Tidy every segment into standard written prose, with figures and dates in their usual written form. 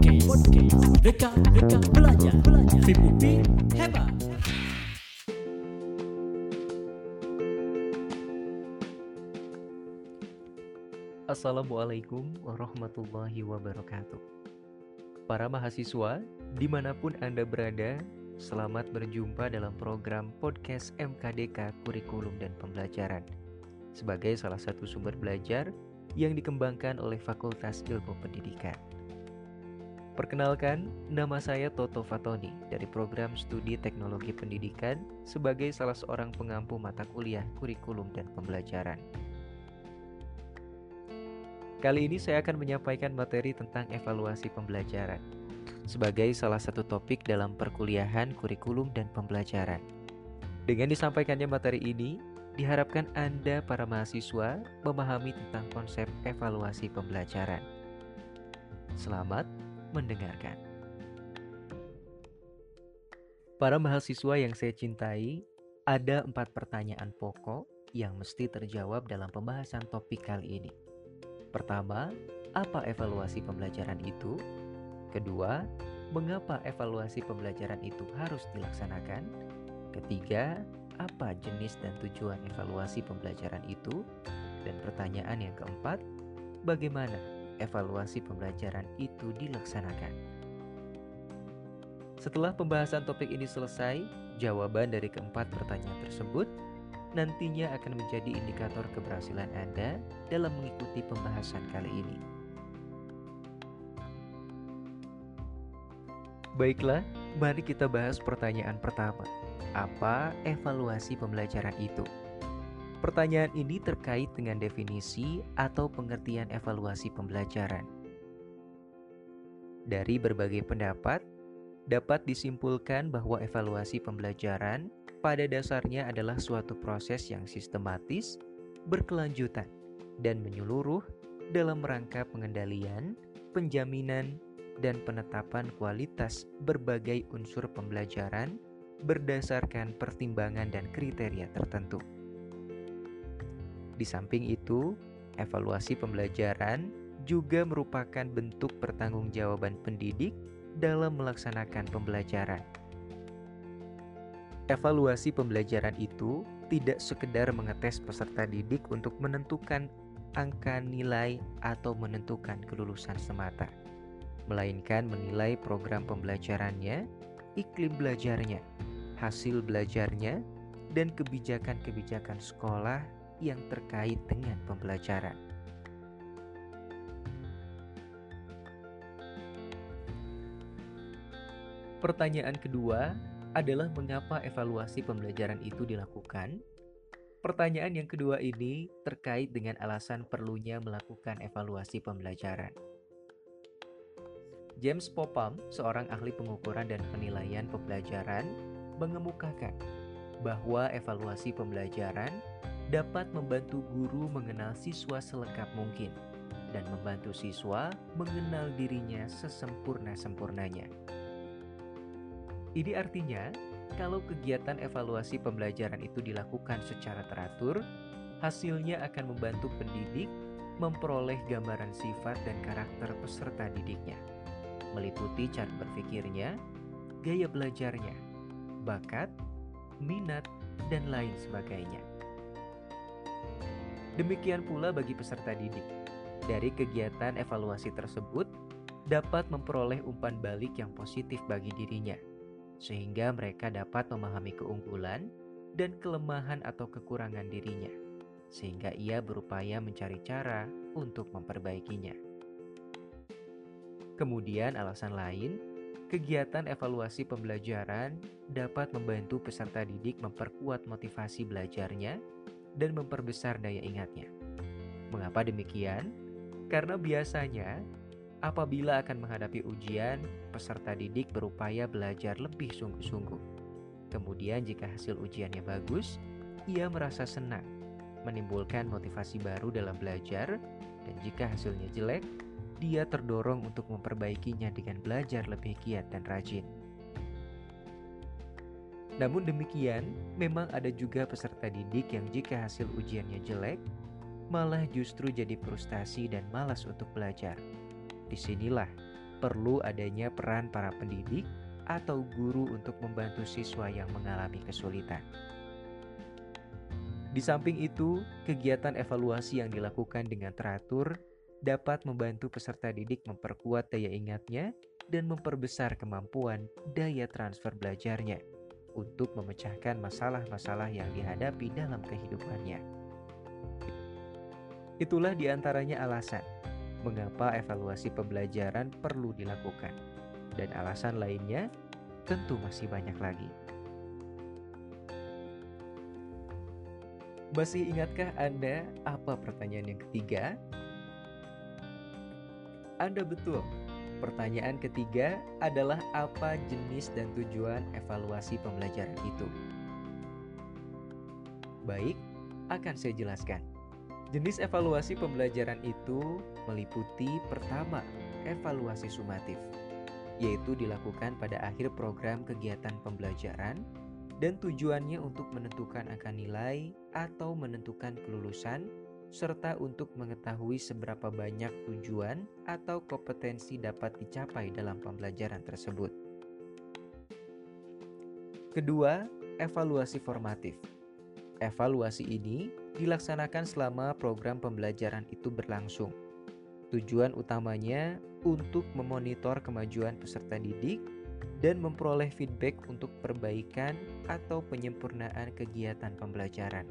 Deka belajar. Vipupi hebat. Assalamualaikum warahmatullahi wabarakatuh. Para mahasiswa, dimanapun Anda berada, selamat berjumpa dalam program podcast MKDK Kurikulum dan Pembelajaran sebagai salah satu sumber belajar yang dikembangkan oleh Fakultas Ilmu Pendidikan. Perkenalkan, nama saya Toto Fatoni dari program Studi Teknologi Pendidikan sebagai salah seorang pengampu mata kuliah Kurikulum dan Pembelajaran. Kali ini saya akan menyampaikan materi tentang evaluasi pembelajaran sebagai salah satu topik dalam perkuliahan kurikulum dan pembelajaran. Dengan disampaikannya materi ini, diharapkan Anda para mahasiswa memahami tentang konsep evaluasi pembelajaran. Selamat mendengarkan. Para mahasiswa yang saya cintai, ada 4 pertanyaan pokok yang mesti terjawab dalam pembahasan topik kali ini. Pertama, apa evaluasi pembelajaran itu? Kedua, mengapa evaluasi pembelajaran itu harus dilaksanakan? Ketiga, apa jenis dan tujuan evaluasi pembelajaran itu? Dan pertanyaan yang keempat, bagaimana evaluasi pembelajaran itu dilaksanakan? Setelah pembahasan topik ini selesai, jawaban dari keempat pertanyaan tersebut nantinya akan menjadi indikator keberhasilan Anda dalam mengikuti pembahasan kali ini. Baiklah, mari kita bahas pertanyaan pertama. Apa evaluasi pembelajaran itu? Pertanyaan ini terkait dengan definisi atau pengertian evaluasi pembelajaran. Dari berbagai pendapat, dapat disimpulkan bahwa evaluasi pembelajaran pada dasarnya adalah suatu proses yang sistematis, berkelanjutan, dan menyeluruh dalam rangka pengendalian, penjaminan, dan penetapan kualitas berbagai unsur pembelajaran berdasarkan pertimbangan dan kriteria tertentu. Di samping itu, evaluasi pembelajaran juga merupakan bentuk pertanggungjawaban pendidik dalam melaksanakan pembelajaran. Evaluasi pembelajaran itu tidak sekedar mengetes peserta didik untuk menentukan angka nilai atau menentukan kelulusan semata, melainkan menilai program pembelajarannya, iklim belajarnya, hasil belajarnya, dan kebijakan-kebijakan sekolah yang terkait dengan pembelajaran. Pertanyaan kedua adalah mengapa evaluasi pembelajaran itu dilakukan? Pertanyaan yang kedua ini terkait dengan alasan perlunya melakukan evaluasi pembelajaran. James Popham, seorang ahli pengukuran dan penilaian pembelajaran, mengemukakan bahwa evaluasi pembelajaran dapat membantu guru mengenal siswa selengkap mungkin dan membantu siswa mengenal dirinya sesempurna-sempurnanya. Ini artinya, kalau kegiatan evaluasi pembelajaran itu dilakukan secara teratur, hasilnya akan membantu pendidik memperoleh gambaran sifat dan karakter peserta didiknya, meliputi cara berpikirnya, gaya belajarnya, bakat, minat, dan lain sebagainya. Demikian pula bagi peserta didik. Dari kegiatan evaluasi tersebut, dapat memperoleh umpan balik yang positif bagi dirinya, sehingga mereka dapat memahami keunggulan dan kelemahan atau kekurangan dirinya, sehingga ia berupaya mencari cara untuk memperbaikinya. Kemudian alasan lain, kegiatan evaluasi pembelajaran dapat membantu peserta didik memperkuat motivasi belajarnya dan memperbesar daya ingatnya. Mengapa demikian? Karena biasanya apabila akan menghadapi ujian, peserta didik berupaya belajar lebih sungguh-sungguh. Kemudian jika hasil ujiannya bagus, ia merasa senang, menimbulkan motivasi baru dalam belajar, dan jika hasilnya jelek, dia terdorong untuk memperbaikinya dengan belajar lebih giat dan rajin. Namun demikian, memang ada juga peserta didik yang jika hasil ujiannya jelek, malah justru jadi frustasi dan malas untuk belajar. Disinilah perlu adanya peran para pendidik atau guru untuk membantu siswa yang mengalami kesulitan. Di samping itu, kegiatan evaluasi yang dilakukan dengan teratur dapat membantu peserta didik memperkuat daya ingatnya dan memperbesar kemampuan daya transfer belajarnya untuk memecahkan masalah-masalah yang dihadapi dalam kehidupannya. Itulah diantaranya alasan mengapa evaluasi pembelajaran perlu dilakukan, dan alasan lainnya tentu masih banyak lagi. Masih ingatkah Anda apa pertanyaan yang ketiga? Anda betul. Pertanyaan ketiga adalah apa jenis dan tujuan evaluasi pembelajaran itu? Baik, akan saya jelaskan. Jenis evaluasi pembelajaran itu meliputi pertama, evaluasi sumatif, yaitu dilakukan pada akhir program kegiatan pembelajaran dan tujuannya untuk menentukan angka nilai atau menentukan kelulusan, serta untuk mengetahui seberapa banyak tujuan atau kompetensi dapat dicapai dalam pembelajaran tersebut. Kedua, evaluasi formatif. Evaluasi ini dilaksanakan selama program pembelajaran itu berlangsung. Tujuan utamanya untuk memonitor kemajuan peserta didik dan memperoleh feedback untuk perbaikan atau penyempurnaan kegiatan pembelajaran.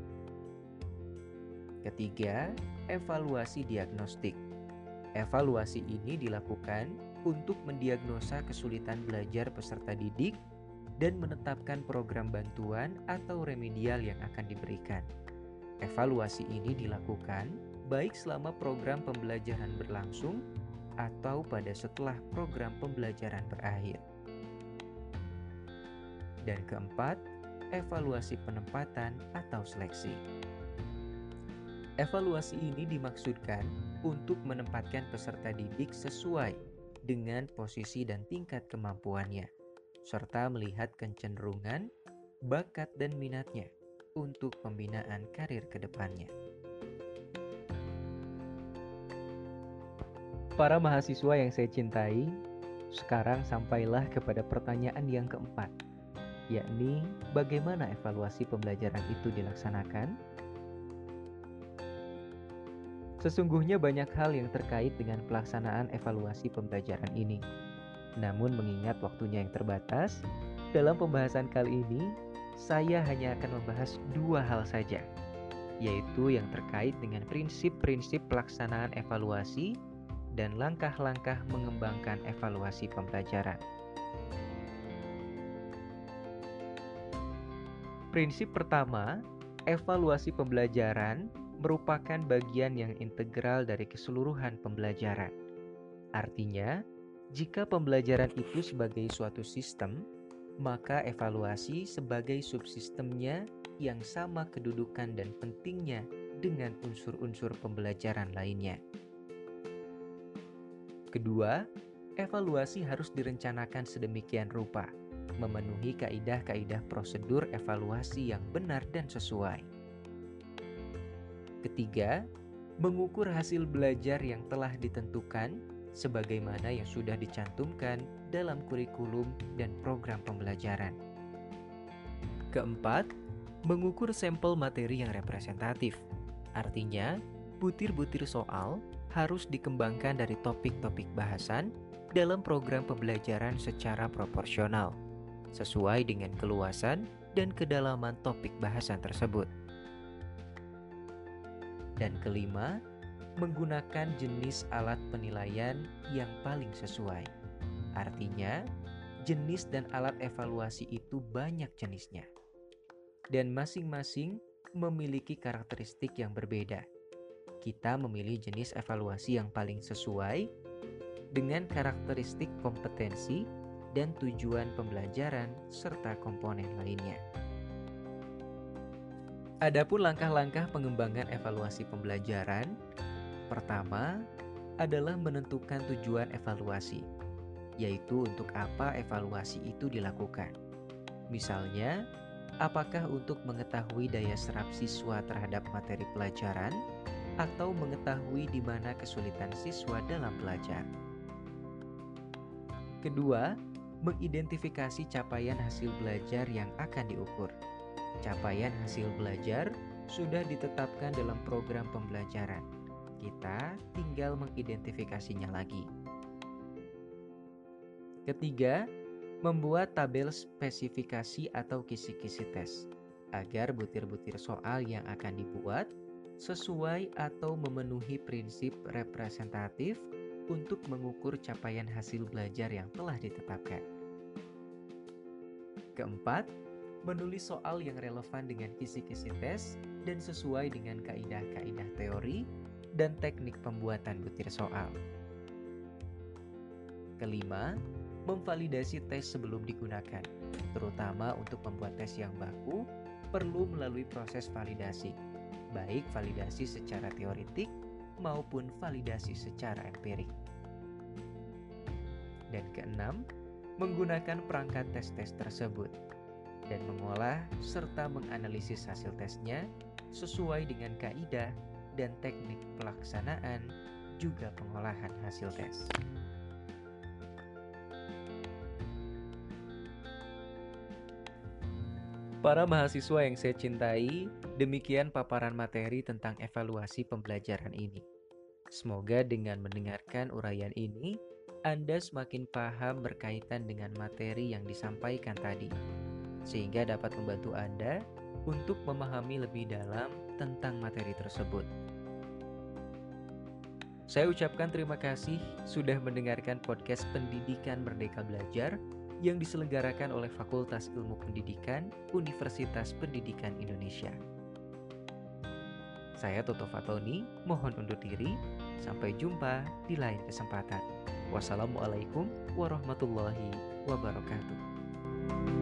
Ketiga, evaluasi diagnostik. Evaluasi ini dilakukan untuk mendiagnosa kesulitan belajar peserta didik dan menetapkan program bantuan atau remedial yang akan diberikan. Evaluasi ini dilakukan baik selama program pembelajaran berlangsung atau pada setelah program pembelajaran berakhir. Dan keempat, evaluasi penempatan atau seleksi. Evaluasi ini dimaksudkan untuk menempatkan peserta didik sesuai dengan posisi dan tingkat kemampuannya, serta melihat kecenderungan, bakat, dan minatnya untuk pembinaan karir ke depannya. Para mahasiswa yang saya cintai, sekarang sampailah kepada pertanyaan yang keempat, yakni bagaimana evaluasi pembelajaran itu dilaksanakan? Sesungguhnya banyak hal yang terkait dengan pelaksanaan evaluasi pembelajaran ini. Namun mengingat waktunya yang terbatas, dalam pembahasan kali ini, saya hanya akan membahas dua hal saja, yaitu yang terkait dengan prinsip-prinsip pelaksanaan evaluasi dan langkah-langkah mengembangkan evaluasi pembelajaran. Prinsip pertama, evaluasi pembelajaran merupakan bagian yang integral dari keseluruhan pembelajaran. Artinya, jika pembelajaran itu sebagai suatu sistem, maka evaluasi sebagai subsistemnya yang sama kedudukan dan pentingnya dengan unsur-unsur pembelajaran lainnya. Kedua, evaluasi harus direncanakan sedemikian rupa, memenuhi kaidah-kaidah prosedur evaluasi yang benar dan sesuai. Ketiga, mengukur hasil belajar yang telah ditentukan sebagaimana yang sudah dicantumkan dalam kurikulum dan program pembelajaran. Keempat, mengukur sampel materi yang representatif. Artinya, butir-butir soal harus dikembangkan dari topik-topik bahasan dalam program pembelajaran secara proporsional, sesuai dengan keluasan dan kedalaman topik bahasan tersebut. Dan kelima, menggunakan jenis alat penilaian yang paling sesuai. Artinya, jenis dan alat evaluasi itu banyak jenisnya, dan masing-masing memiliki karakteristik yang berbeda. Kita memilih jenis evaluasi yang paling sesuai dengan karakteristik kompetensi dan tujuan pembelajaran serta komponen lainnya. Adapun langkah-langkah pengembangan evaluasi pembelajaran, pertama adalah menentukan tujuan evaluasi, yaitu untuk apa evaluasi itu dilakukan. Misalnya, apakah untuk mengetahui daya serap siswa terhadap materi pelajaran, atau mengetahui di mana kesulitan siswa dalam belajar. Kedua, mengidentifikasi capaian hasil belajar yang akan diukur. Capaian hasil belajar sudah ditetapkan dalam program pembelajaran. Kita tinggal mengidentifikasinya lagi. Ketiga, membuat tabel spesifikasi atau kisi-kisi tes agar butir-butir soal yang akan dibuat sesuai atau memenuhi prinsip representatif untuk mengukur capaian hasil belajar yang telah ditetapkan. Keempat, menulis soal yang relevan dengan kisi-kisi tes dan sesuai dengan kaidah-kaidah teori dan teknik pembuatan butir soal. Kelima, memvalidasi tes sebelum digunakan, terutama untuk membuat tes yang baku perlu melalui proses validasi, baik validasi secara teoretik maupun validasi secara empirik. Dan keenam, menggunakan perangkat tes-tes tersebut dan mengolah serta menganalisis hasil tesnya sesuai dengan kaidah dan teknik pelaksanaan juga pengolahan hasil tes. Para mahasiswa yang saya cintai, demikian paparan materi tentang evaluasi pembelajaran ini. Semoga dengan mendengarkan uraian ini, Anda semakin paham berkaitan dengan materi yang disampaikan tadi, sehingga dapat membantu Anda untuk memahami lebih dalam tentang materi tersebut. Saya ucapkan terima kasih sudah mendengarkan podcast Pendidikan Merdeka Belajar yang diselenggarakan oleh Fakultas Ilmu Pendidikan Universitas Pendidikan Indonesia. Saya Toto Fatoni, mohon undur diri. Sampai jumpa di lain kesempatan. Wassalamualaikum warahmatullahi wabarakatuh.